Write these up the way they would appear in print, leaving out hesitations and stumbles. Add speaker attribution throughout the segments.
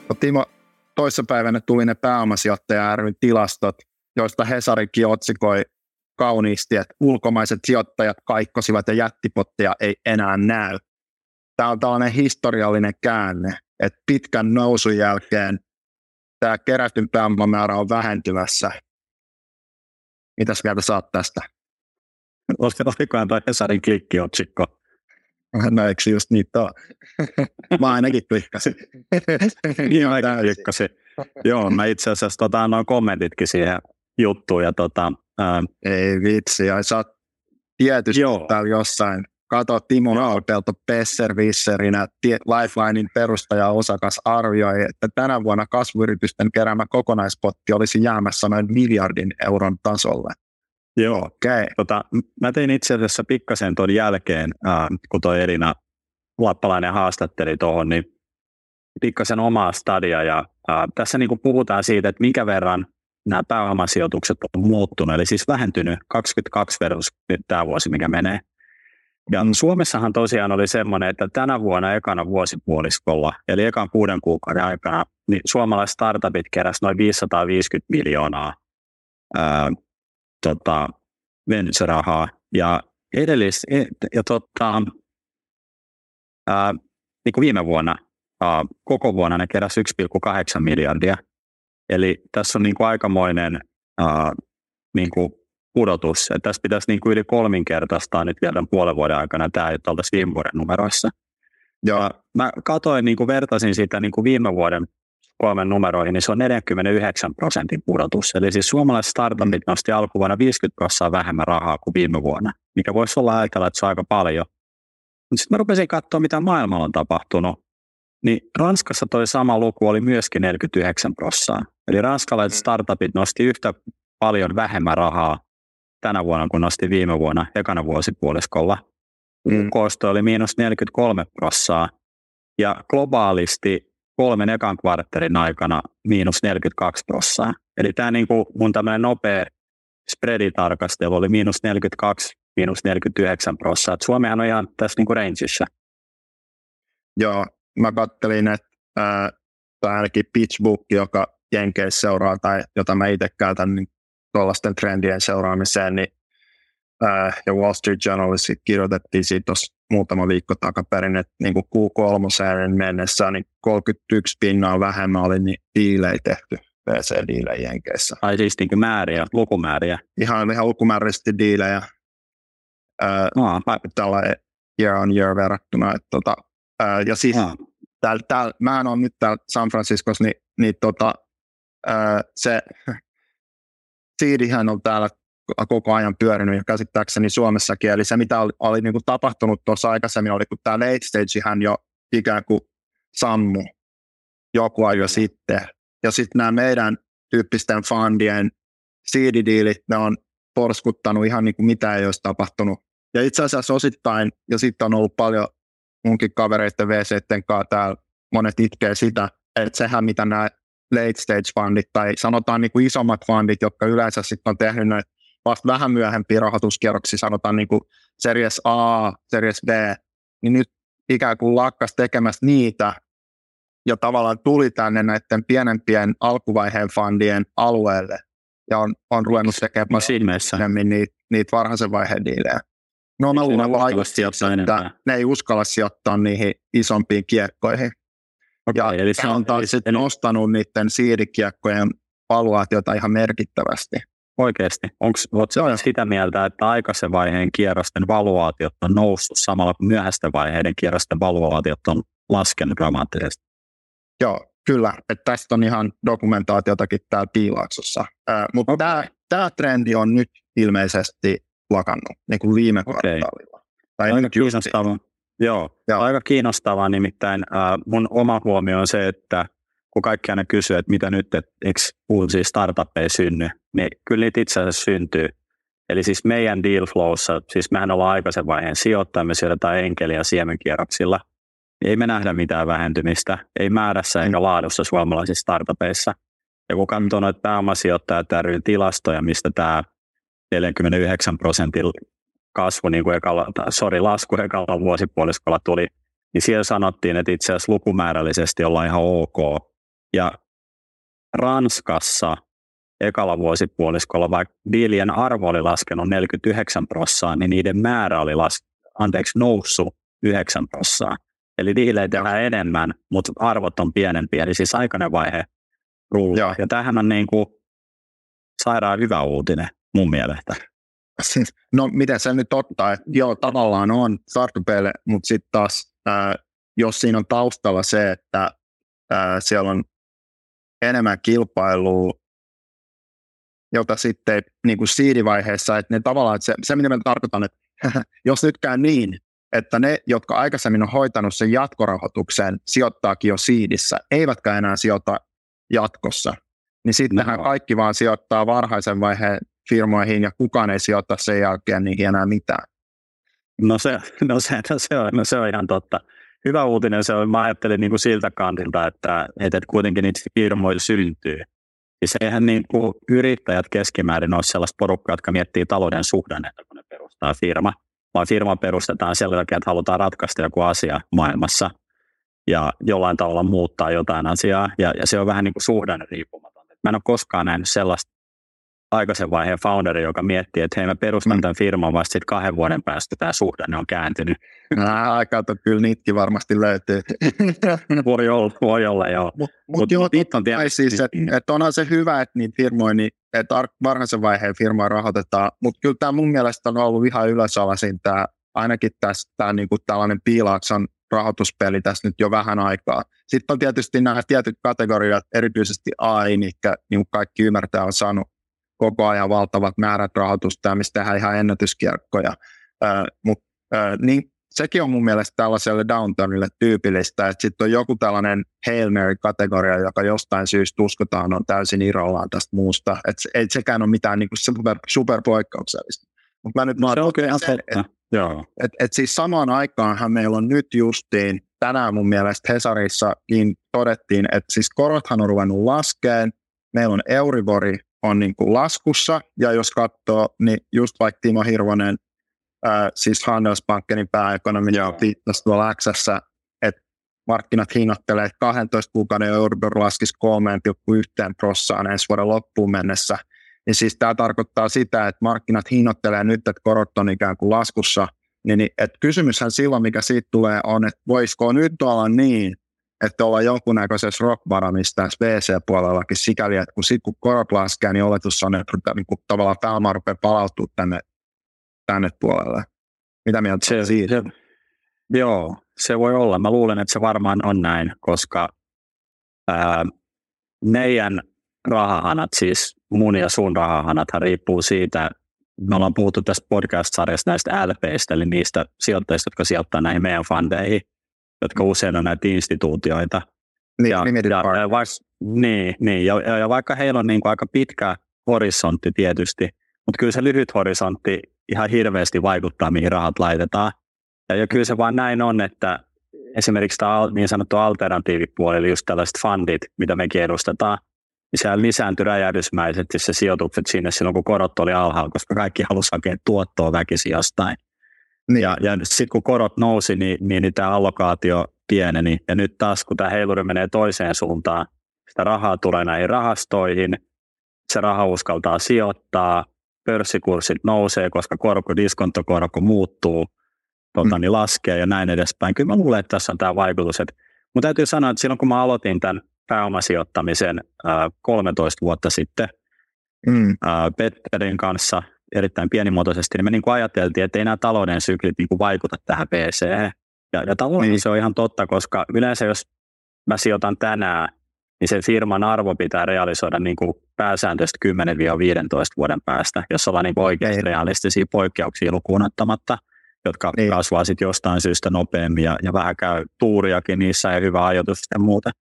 Speaker 1: No Timo, toissapäivänä tuli ne pääomasijoittaja ry:n tilastot, joista Hesarikin otsikoi kauniisti, että ulkomaiset sijoittajat kaikkosivat ja jättipotteja ei enää näy. Tämä on tällainen historiallinen käänne, että pitkän nousun jälkeen tämä kerätyn pääomamäärä on vähentymässä. Mitäs mieltä saat tästä?
Speaker 2: Olikohan toi Hesarin klikkiotsikko?
Speaker 1: No eikö just niitä ole? Mä ainakin klikkasin.
Speaker 2: Joo, mä itse asiassa annoin kommentitkin siihen juttuun. Ja
Speaker 1: ei vitsi, ja sä oot tietysti täällä jossain. Kato, Timo Aalpelto Besserwisserinä Lifelinein perustaja-osakas arvioi, että tänä vuonna kasvuyritysten keräämä kokonaispotti olisi jäämässä noin miljardin euron tasolle.
Speaker 2: Joo, okay. Mä tein itse asiassa pikkasen tuon jälkeen, kun toi Elina Lappalainen haastatteli tuohon, niin pikkasen omaa stadia. Ja tässä niin kuin puhutaan siitä, että minkä verran nämä pääomasijoitukset on muuttunut, eli siis vähentynyt 22 versus nyt tämä vuosi, mikä menee. Ja Suomessahan tosiaan oli semmoinen, että tänä vuonna ekana vuosipuoliskolla, eli ekan 6 kuukauden aikana, niin suomalaiset startupit keräsivät noin 550 miljoonaa venture-rahaa. Ja niin kuin viime vuonna, koko vuonna ne keräsivät 1,8 miljardia. Eli tässä on niin kuin aikamoinen niin kuin pudotus. Että tässä pitäisi niin kuin yli 3-kertaistaa nyt vielä puolen vuoden aikana tämä, jotta oltaisiin viime vuoden numeroissa. Ja mä katsoin, niin kuin vertaisin sitä niin kuin viime vuoden 3 numeroihin, niin se on 49% pudotus. Eli siis suomalaiset startupit nosti alkuvuonna 50% vähemmän rahaa kuin viime vuonna, mikä voisi olla ajatella, että se on aika paljon. Mutta sitten mä rupesin katsoa, mitä maailmalla on tapahtunut. Niin Ranskassa toi sama luku oli myöskin 49%. Eli ranskalaiset startupit nosti yhtä paljon vähemmän rahaa tänä vuonna, kun nosti viime vuonna ekana vuosipuoliskolla. UK:sta oli -43%. Ja globaalisti 3 ekan kvartterin aikana -42%. Eli tämä niin kuin mun tämmöinen nopea spreaditarkastelu oli -42, -49%. Et Suomihan on ihan tässä niin kuin rangeissa.
Speaker 1: Joo, mä kattelin, että ainakin PitchBook, joka Jenkeissä seuraa tai jota mä itse käytän niin tuollaisten trendien seuraamiseen, niin, ja Wall Street Journalissa kirjoitettiin siitä tuossa muutama viikko takaperin, että niin kuin Q3 mennessä niin 31% vähemmän oli niin diilejä tehty, VC-diilejä Jenkeissä.
Speaker 2: Ai siis niin kuin määriä, lukumääriä?
Speaker 1: Ihan lukumääräisesti diilejä. Tällä year on year verrattuna. Ja siis mähän on nyt täällä San Franciscossa, niin se seedihän on täällä koko ajan pyörinyt ja käsittääkseni Suomessakin. Eli se, mitä oli niin kuin tapahtunut tuossa aikaisemmin, oli kun tämä late stagehän jo ikään kuin sammu joku aika sitten. Ja sitten nämä meidän tyyppisten fundien seedidiilit, ne on porskuttanut ihan niin kuin mitä ei olisi tapahtunut. Ja itse asiassa osittain, ja sitten on ollut paljon munkin kavereiden VC:iden kanssa täällä, monet itkee sitä, että sehän mitä nämä late stage fundit tai sanotaan niin kuin isommat fundit, jotka yleensä sitten on tehnyt näitä vasta vähän myöhempiä rahoituskierroksia, sanotaan niin kuin Series A, Series B, niin nyt ikään kuin lakkas tekemässä niitä ja tavallaan tuli tänne näiden pienempien alkuvaiheen fundien alueelle ja on ruvennut tekemään niitä varhaisen vaiheen diilejä. No mä luulen että ne ei uskalla sijoittaa niihin isompiin kiekkoihin. Okay, eli se on taas sitten nostanut niiden seedikiekkojen valuaatiota ihan merkittävästi.
Speaker 2: Oikeasti. Oletko sitä mieltä, että aikaisen vaiheen kierrosten valuaatiot on noussut samalla kuin myöhäisten vaiheiden kierrosten valuaatiot on laskenut dramaattisesti?
Speaker 1: Joo, kyllä. Että tästä on ihan dokumentaatiotakin täällä Piilaaksossa. Mutta tämä trendi on nyt ilmeisesti lakannut, niin kuin viime kvartaalilla.
Speaker 2: Aika kiinnostavaa. Joo, aika kiinnostavaa. Nimittäin mun oma huomio on se, että kun kaikki aina kysyy, että mitä nyt, että eikö uusia startuppeja synny, niin kyllä niitä itse asiassa syntyy. Eli siis meidän deal flowssa, siis mehän ollaan aikaisen vaiheen sijoittajia, me sijoitetaan enkeliä siemenkierroksilla. Ei me nähdä mitään vähentymistä, ei määrässä eikä laadussa suomalaisissa startupeissa. Ja kun katsoo noita pääomasijoittajat ry:n tilastoja, mistä tämä 49% kasvu, niin kuin lasku ekalla vuosipuoliskolla tuli, niin siellä sanottiin, että itse asiassa lukumäärällisesti ollaan ihan ok. Ja Ranskassa ekalla vuosipuoliskolla, vaikka diilien arvo oli laskenut 49%, niin niiden määrä oli noussut 9%. Eli diilejä tehdään enemmän, mutta arvot on pienempiä, eli siis aikainen vaihe rullaa. Ja tämähän on niin kuin sairaan hyvä uutinen mun mielestä.
Speaker 1: No miten se nyt ottaa, että joo, tavallaan on startupeille, mutta sitten taas, jos siinä on taustalla se, että siellä on enemmän kilpailua, jota sitten niin kuin seed-vaiheessa, että ne tavallaan, että se mitä mä tarkoitan, että jos nyt käy niin, että ne, jotka aikaisemmin on hoitanut sen jatkorahoituksen, sijoittaakin jo seedissä, eivätkä enää sijoita jatkossa, niin sittenhän kaikki vaan sijoittaa varhaisen vaiheen firmoihin ja kukaan ei sijoita sen jälkeen niihin enää mitään.
Speaker 2: Se on ihan totta. Hyvä uutinen se on, mä ajattelin niin kuin siltä kantilta, että kuitenkin niitä firmoilla syntyy. Ja sehän niin kuin yrittäjät keskimäärin on sellaista porukkaa, jotka miettii talouden suhdannetta, kun ne perustaa firma. Vaan firma perustetaan sen takia, että halutaan ratkaista joku asia maailmassa ja jollain tavalla muuttaa jotain asiaa. Ja se on vähän niin kuin suhdanne riippumaton. Mä en ole koskaan nähnyt sellaista aikaisen vaiheen founderi, joka miettii, että hei, mä perustan tämän firman vasta sitten 2 vuoden päästä tämä suhdanne on kääntynyt.
Speaker 1: Aikaa kyllä niitäkin varmasti löytyy.
Speaker 2: Voi olla, joo.
Speaker 1: Mutta siis, että onhan se hyvä, että niitä firmoja, niin, että varhaisen vaiheen firmaa rahoitetaan, mutta kyllä tämä mun mielestä on ollut ihan ylösalaisin tämä, ainakin tämä niinku tällainen Piilaakson rahoituspeli tässä nyt jo vähän aikaa. Sitten on tietysti nämä tietyt kategoriat, erityisesti AI, mitkä niin kaikki ymmärtää on saanut koko ajan valtavat määrät rahoitusta, mistä tehdään ihan ennätyskierkkoja. Niin sekin on mun mielestä tällaiselle downturnille tyypillistä, että sitten on joku tällainen Hail Mary-kategoria, joka jostain syystä uskotaan on täysin irrallaan tästä muusta. Että ei sekään ole mitään niin kuin superpoikkeuksellista. Mutta mä nyt että siis samaan aikaanhan meillä on nyt justiin, tänään mun mielestä Hesarissakin todettiin, että siis korothan on ruvennut laskeen, meillä on Euribori on niin kuin laskussa, ja jos katsoo, niin just vaikka Timo Hirvonen, siis Handelsbankenin pääekonomi, viittasi tuolla X:ssä, että markkinat hinnoittelee, että 12 kuukauden Euribor laskisi 3,1% ensi vuoden loppuun mennessä, niin siis tämä tarkoittaa sitä, että markkinat hinnoittelee nyt, että korot on ikään kuin laskussa, niin että kysymyshän silloin, mikä siitä tulee, on, että voisiko nyt olla niin, että ollaan jonkunnäköisessä rock-bottomissa tässä VC-puolellakin sikäli, että kun korot laskee, niin oletus on, että niin tavallaan pääoma rupeaa palautua tänne puolelle. Mitä mieltä se siitä?
Speaker 2: Joo, se voi olla. Mä luulen, että se varmaan on näin, koska meidän rahahanat, siis mun ja sun rahahanathan riippuu siitä, me ollaan puhuttu tässä podcast-sarjassa näistä LPistä, eli niistä sijoittajista, jotka sijoittaa näihin meidän fundeihin, jotka usein on näitä instituutioita. Ja vaikka heillä on niin kuin aika pitkä horisontti tietysti, mutta kyllä se lyhyt horisontti ihan hirveästi vaikuttaa, mihin rahat laitetaan. Ja kyllä se vaan näin on, että esimerkiksi tämä niin sanottu alternatiivipuoli, eli just tällaiset fundit, mitä mekin edustetaan, niin siellä lisääntyi räjähdysmäisesti se sijoitukset sinne silloin, kun korot oli alhaalla, koska kaikki halusi hakea tuottoa väkisin jostain. Niin. Ja sitten kun korot nousi, niin tämä allokaatio pieneni. Ja nyt taas, kun tämä heiluri menee toiseen suuntaan, sitä rahaa tulee näihin rahastoihin, se raha uskaltaa sijoittaa, pörssikurssit nousee, koska diskontokorko muuttuu, niin laskee ja näin edespäin. Kyllä mä luulen, että tässä on tämä vaikutus. Mutta täytyy sanoa, että silloin kun mä aloitin tämän pääomasijoittamisen 13 vuotta sitten Petterin kanssa erittäin pienimuotoisesti, niin me niin kuin ajateltiin, että ei nämä talouden syklit niin kuin vaikuta tähän VC:hen. Ja tavallaan se on ihan totta, koska yleensä jos mä sijoitan tänään, niin sen firman arvo pitää realisoida niin kuin pääsääntöisesti 10-15 vuoden päästä, jos ollaan niin kuin oikeasti realistisia poikkeuksia lukuun ottamatta, jotka kasvaa sitten jostain syystä nopeammin ja vähän käy tuuriakin niissä ja hyvä ajoitus ja muuta.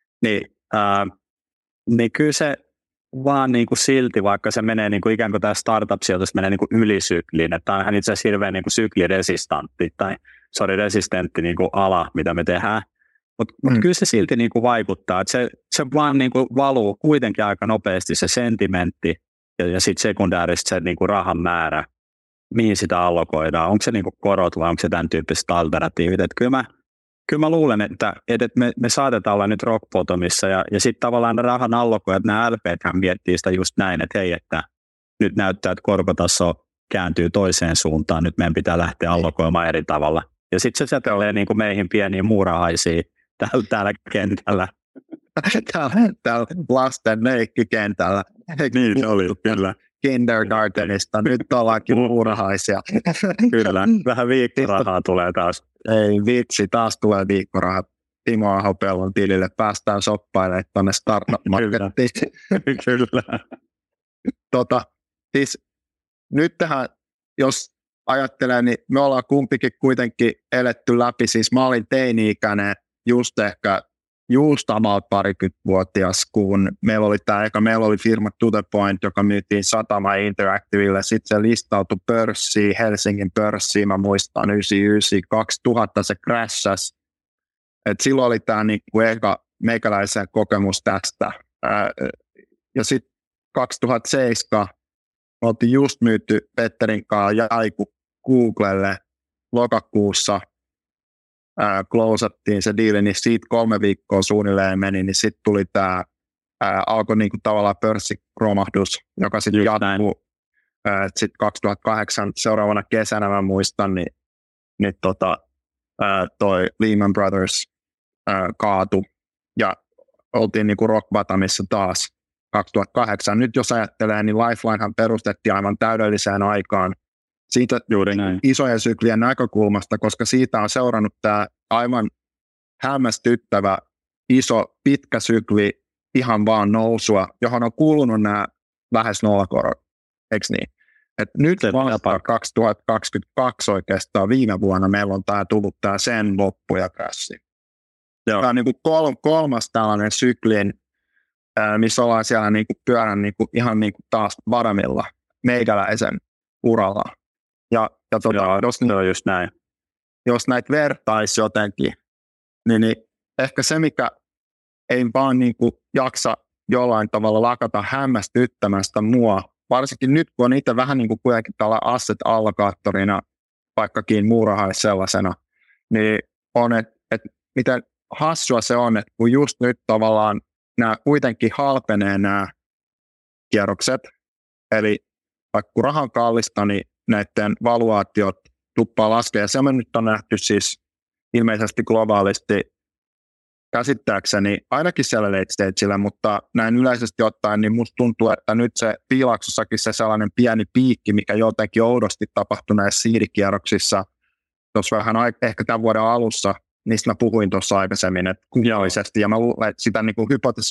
Speaker 2: Niin kyllä se vaan niin kuin silti, vaikka se menee niin kuin ikään kuin tämä startup-sijoitus menee niin kuin ylisykliin, että tämä on itse asiassa hirveän niin kuin resistentti niin kuin ala, mitä me tehdään. Mutta kyllä se silti niin kuin vaikuttaa, että se vaan niin kuin valuu kuitenkin aika nopeasti se sentimentti ja sitten sekundäärisesti se niin kuin rahan määrä, mihin sitä allokoidaan. Onko se niin kuin korot vai onko se tämän tyyppiset alternatiivit. Että kyllä mä kyllä mä luulen, että me saatetaan olla nyt rock bottomissa ja sitten tavallaan rahan allokojat, nämä LPthän miettii sitä just näin, että hei, että nyt näyttää, että korkotaso kääntyy toiseen suuntaan, nyt meidän pitää lähteä allokoimaan eri tavalla. Ja sitten se säteilee niin kuin meihin pieniin muurahaisiin täällä kentällä.
Speaker 1: Täällä lasten leikkikentällä.
Speaker 2: Niin se oli, kyllä.
Speaker 1: Kindergartenista. Nyt ollaankin muurahaisia.
Speaker 2: Kyllä, vähän viikkorahaa tulee taas.
Speaker 1: Ei vitsi, taas tulee viikkorahat Timo Ahopellon tilille. Päästään shoppailemaan tuonne startup-markettiin.
Speaker 2: Kyllä.
Speaker 1: Siis nyt tähän, jos ajattelee, niin me ollaan kumpikin kuitenkin eletty läpi. Siis mä olin teini-ikäinen just about 20-vuotias, kun meillä oli firma To The Point, joka myytiin Satama Interactivelle, sitten se listautui pörssiin, Helsingin pörssiin, mä muistan 99, 2000 se crashasi, et silloin oli tämä niinku eka meikäläisen kokemus tästä, ja sitten 2007 me oltiin just myyty Petterin kanssa Jaiku Googlelle lokakuussa, closattiin se diili, niin siitä 3 viikkoa suunnilleen meni, niin sitten tuli tämä, alkoi niinku tavallaan pörssiromahdus, joka sitten jatkuu. Sitten 2008 seuraavana kesänä mä muistan, niin toi Lehman Brothers kaatu ja oltiin niinku rock bottomissa taas 2008. Nyt jos ajattelee, niin Lifelinehan perustettiin aivan täydelliseen aikaan siitä isojen syklien näkökulmasta, koska siitä on seurannut tämä aivan hämmästyttävä iso pitkä sykli ihan vaan nousua, johon on kuulunut nämä lähes nollakorot, eikö niin? Et nyt vasta 2022 oikeastaan viime vuonna meillä on tullut tämä sen loppu ja crashi. Tämä on niin kuin kolmas tällainen syklin, missä ollaan siellä niin kuin pyörän niin kuin ihan niin kuin taas bottomilla meikäläisen uralla. Ja
Speaker 2: just näin.
Speaker 1: Jos näitä vertaisi jotenkin, niin ehkä se, mikä ei vaan niin kuin jaksa jollain tavalla lakata hämmästyttämästä mua, varsinkin nyt, kun on itse vähän niin kuin kuitenkin tällä asset-allokaattorina, vaikkakin muurahais sellaisena, niin on, että miten hassua se on, että kun just nyt tavallaan nämä kuitenkin halpenee nämä kierrokset, eli vaikka kun rahan kallista, niin näiden valuaatiot tuppaa laskea, ja se nyt on nähty siis ilmeisesti globaalisti käsittääkseni ainakin siellä late stagella, mutta näin yleisesti ottaen, niin musta tuntuu, että nyt se piilaksossakin se sellainen pieni piikki, mikä jotenkin oudosti tapahtui näissä siidikierroksissa, tuossa vähän ehkä tämän vuoden alussa, niistä mä puhuin tuossa aikaisemmin, että kunnallisesti, ja mä luulen, että sitä niin kuin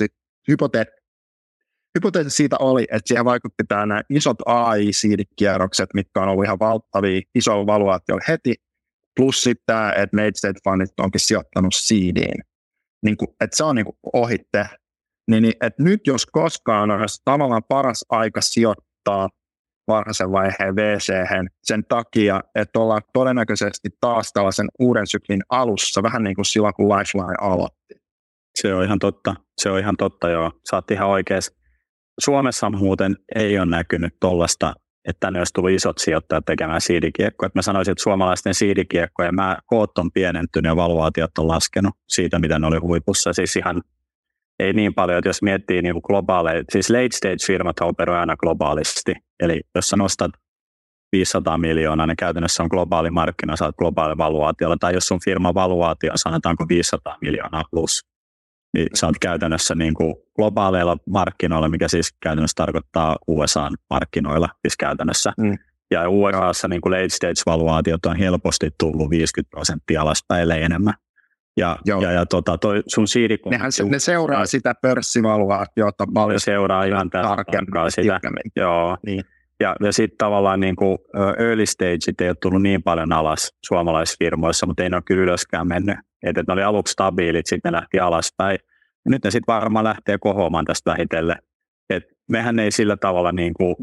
Speaker 1: hypoteesi siitä oli, että siihen vaikutti nämä isot AI-siidikierrokset, mitkä on ollut ihan valtavia, iso valuaatio heti, plus sitten tämä, että late stage fundit onkin sijoittanut seediin. Niin kuin, että se on niin kuin ohitte. Niin, että nyt jos koskaan on tavallaan paras aika sijoittaa varhaisen vaiheen VC:hen sen takia, että ollaan todennäköisesti taas tällaisen uuden syklin alussa, vähän niin kuin silloin, kun Lifeline aloitti.
Speaker 2: Se on ihan totta, joo. Sä oot ihan oikeassa. Suomessa muuten ei ole näkynyt tollaista, että tänne olisi tullut isot sijoittajat tekemään siidikiekkoja. Mä sanoisin, että suomalaisten siidikiekkojen koot on pienentynyt ja valuaatiot on laskenut siitä, mitä ne oli huipussa. Siis ihan ei niin paljon, että jos miettii niin globaaleja, siis late stage firmat operoivat aina globaalisti. Eli jos sä nostat 500 miljoonaa, niin käytännössä on globaali markkina, saat globaali valuaatiolla. Tai jos sun firman valuaatio on sanotaanko 500 miljoonaa plus, niin sä oot käytännössä niin kuin globaaleilla markkinoilla, mikä siis käytännössä tarkoittaa USA-markkinoilla siis käytännössä. Ja USAssa niin kuin late stage-valuaatiot on helposti tullut 50% alaspäin ellei enemmän. Ja toi sun
Speaker 1: ne seuraa sitä pörssivaluaatiota paljon.
Speaker 2: Seuraa ihan tarkemmin sitä. Joo. Niin. Ja sitten tavallaan niin kuin early stageit ei ole tullut niin paljon alas suomalaisfirmoissa, mutta ei ne ole kyllä ylöskään mennyt. Että ne oli aluksi stabiilit, sitten ne lähti alaspäin. Ja nyt ne sitten varmaan lähtee kohoamaan tästä vähitellen. Et mehän ei sillä tavalla niin kuin,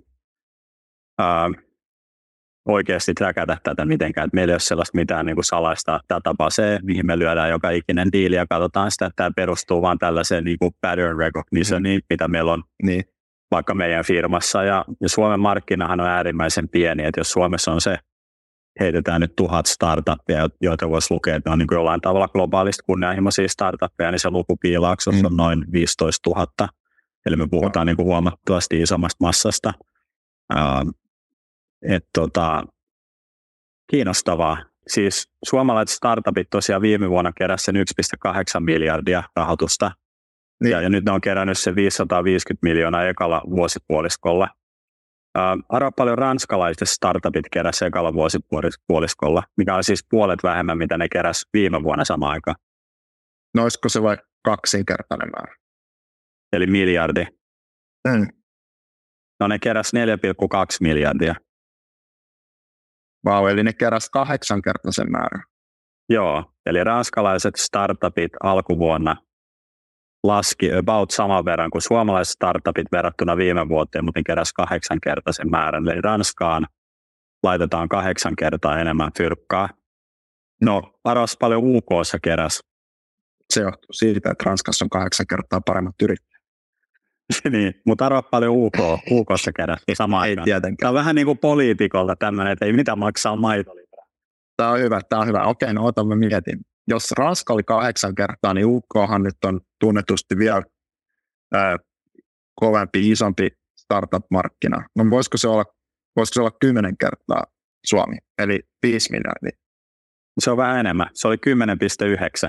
Speaker 2: oikeasti träkätä tätä mitenkään. Et meillä ei ole sellaista mitään niin kuin salaista dataa se, mihin me lyödään joka ikinen diili ja katsotaan sitä, että tämä perustuu vaan tällaiseen niin kuin pattern recognitioneen, mitä meillä on vaikka meidän firmassa. Ja Suomen markkinahan on äärimmäisen pieni, että jos Suomessa on se heitetään nyt 1000 startuppia, joita voisi lukea, että ne on niin kuin jollain tavalla globaalisti kunnianhimoisia startuppeja, niin se luku piilaaksossa on noin 15 000. Eli me puhutaan niin kuin huomattavasti isommasta massasta. Kiinnostavaa. Siis suomalaiset startupit tosiaan viime vuonna keräsi sen 1,8 miljardia rahoitusta. Niin. Ja nyt ne on kerännyt sen 550 miljoonaa ekalla vuosipuoliskolla. Arvaa paljon ranskalaiset startupit keräsi ekalla vuosipuoliskolla, mikä on siis puolet vähemmän, mitä ne keräsi viime vuonna samaan aikaan.
Speaker 1: No olisiko se vaikka kaksinkertainen määrä?
Speaker 2: Eli miljardi. No ne keräsi 4,2 miljardia.
Speaker 1: Vau, eli ne keräsi 8-kertaisen määrän.
Speaker 2: Joo, eli ranskalaiset startupit alkuvuonna laski about saman verran kuin suomalaiset startupit verrattuna viime vuoteen, mutta ne keräsi 8-kertaisen määrän. Eli Ranskaan laitetaan 8 kertaa enemmän fyrkkaa. No, arvas paljon UK:ssa keräsi.
Speaker 1: Se johtuu siitä, että Ranskassa on 8 kertaa paremmat yrittäjät.
Speaker 2: Niin, mutta arvaa paljon UK:ssa keräsi samaan aikaan.
Speaker 1: Tietenkään.
Speaker 2: Tämä on vähän niin kuin poliitikolta tämmöinen, että ei mitään maksaa maitolitra.
Speaker 1: Tämä on hyvä. Okei, no otamme mietin. Jos Ranska oli 8 kertaa, niin UKhan nyt on tunnetusti vielä kovempi, isompi startup-markkina. No voisiko se olla 10 kertaa Suomi, eli 5 miljardia?
Speaker 2: Se on vähän enemmän. Se oli 10,9.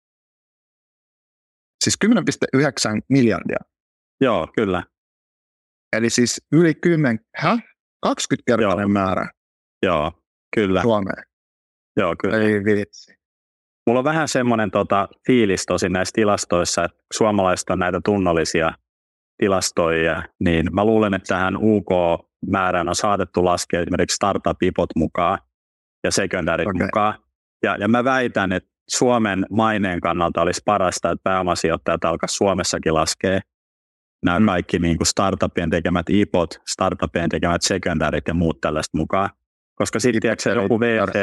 Speaker 1: Siis 10,9 miljardia?
Speaker 2: Joo, kyllä.
Speaker 1: Eli siis yli 20-kertainen määrä.
Speaker 2: Joo, kyllä.
Speaker 1: Suomeen.
Speaker 2: Joo, kyllä.
Speaker 1: Ei vitsi.
Speaker 2: Mulla on vähän semmoinen fiilis tosin näissä tilastoissa, että suomalaiset on näitä tunnollisia tilastoijia, niin mä luulen, että tähän UK-määrään on saatettu laskea esimerkiksi startup-ipot mukaan ja secondarit mukaan. Ja mä väitän, että Suomen maineen kannalta olisi parasta, että pääomasijoittajat alkaa Suomessakin laskea nämä kaikki niin kuin startupien tekemät ipot, startupien tekemät secondarit ja muut tällaista mukaan. Koska sitten joku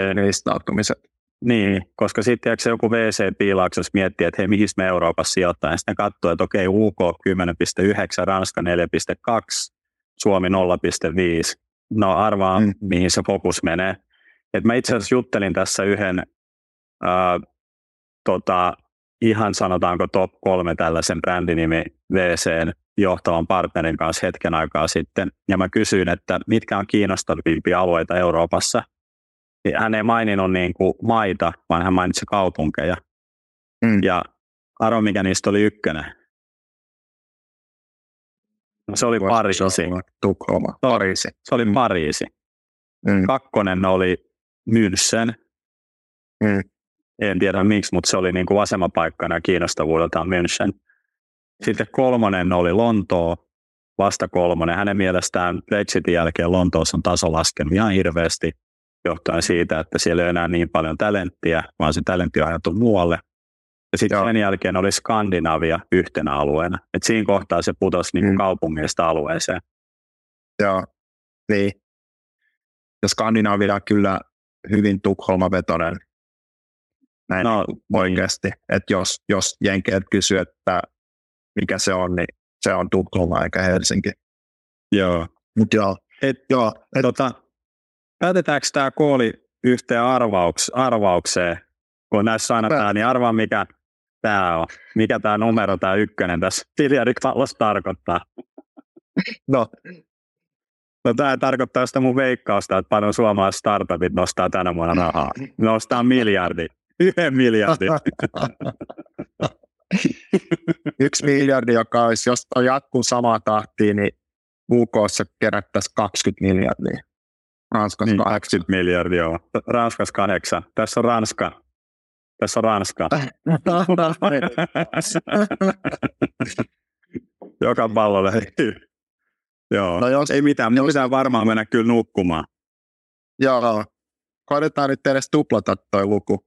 Speaker 2: koska sitten joku VC-piilaaksos miettii, että hei, mihin me Euroopassa sijoittaa, ja sitten katsoo, että okei, UK 10,9, Ranska 4,2, Suomi 0,5. No arvaa, mihin se fokus menee. Et mä itse asiassa juttelin tässä yhden ihan sanotaanko top 3 tällaisen brändinimi VC:n johtavan partnerin kanssa hetken aikaa sitten, ja mä kysyin, että mitkä on kiinnostavimpia alueita Euroopassa. Hän ei maininnut niin kuin maita, vaan hän mainitsi kaupunkeja. Ja arvo, mikä niistä oli ykkönen? No, se oli Pariisi.
Speaker 1: Tukholma. Pariisi.
Speaker 2: Se oli Pariisi. Kakkonen oli München. En tiedä miksi, mutta se oli niin kuin asemapaikkana kiinnostavuudeltaan München. Sitten 3 oli Lontoo, vasta 3. Hänen mielestään Brexitin jälkeen Lontoossa on taso laskenut ihan hirveästi, johtuen siitä, että siellä ei ole enää niin paljon talenttia, vaan se talentti on ajattu muualle. Ja sitten sen jälkeen oli Skandinavia yhtenä alueena. Et siinä kohtaa se putosi niin kaupungista alueeseen.
Speaker 1: Joo, niin. Ja Skandinavia on kyllä hyvin Tukholma-vetoinen. Näin oikeasti. Että jos jenkeet kysyy, että mikä se on, niin se on Tukholma eikä Helsinki.
Speaker 2: Joo.
Speaker 1: Mut joo.
Speaker 2: Päätetäänkö tämä kooli yhteen arvaukseen? Kun näissä aina niin arvaa mikä tämä on. Mikä tämä numero, tämä 1 tässä miljardipallossa tarkoittaa.
Speaker 1: No
Speaker 2: tämä tarkoittaa sitä mun veikkausta, että paljon suomalaiset startupit nostaa tänä vuonna rahaa. Nostaa miljardi. 1 miljardi.
Speaker 1: 1 miljardi, joka olisi, jos jatkuu samaa tahtia, niin UK:ssa kerättäisiin 20 miljardia. Ranskassa
Speaker 2: 80 miljardia, joo. Ranskassa 8. Tässä on Ranska. Joka pallo löytyy. Joo. No ei mitään, pitää varmaan mennä kyllä nukkumaan.
Speaker 1: Joo. Koitetaan nyt edes tuplata toi luku.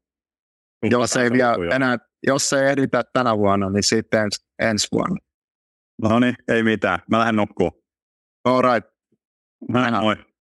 Speaker 1: Jos ei ehditä tänä vuonna, niin sitten ensi vuonna.
Speaker 2: No niin, ei mitään. Mä lähden nukkumaan.
Speaker 1: All right.
Speaker 2: Moi.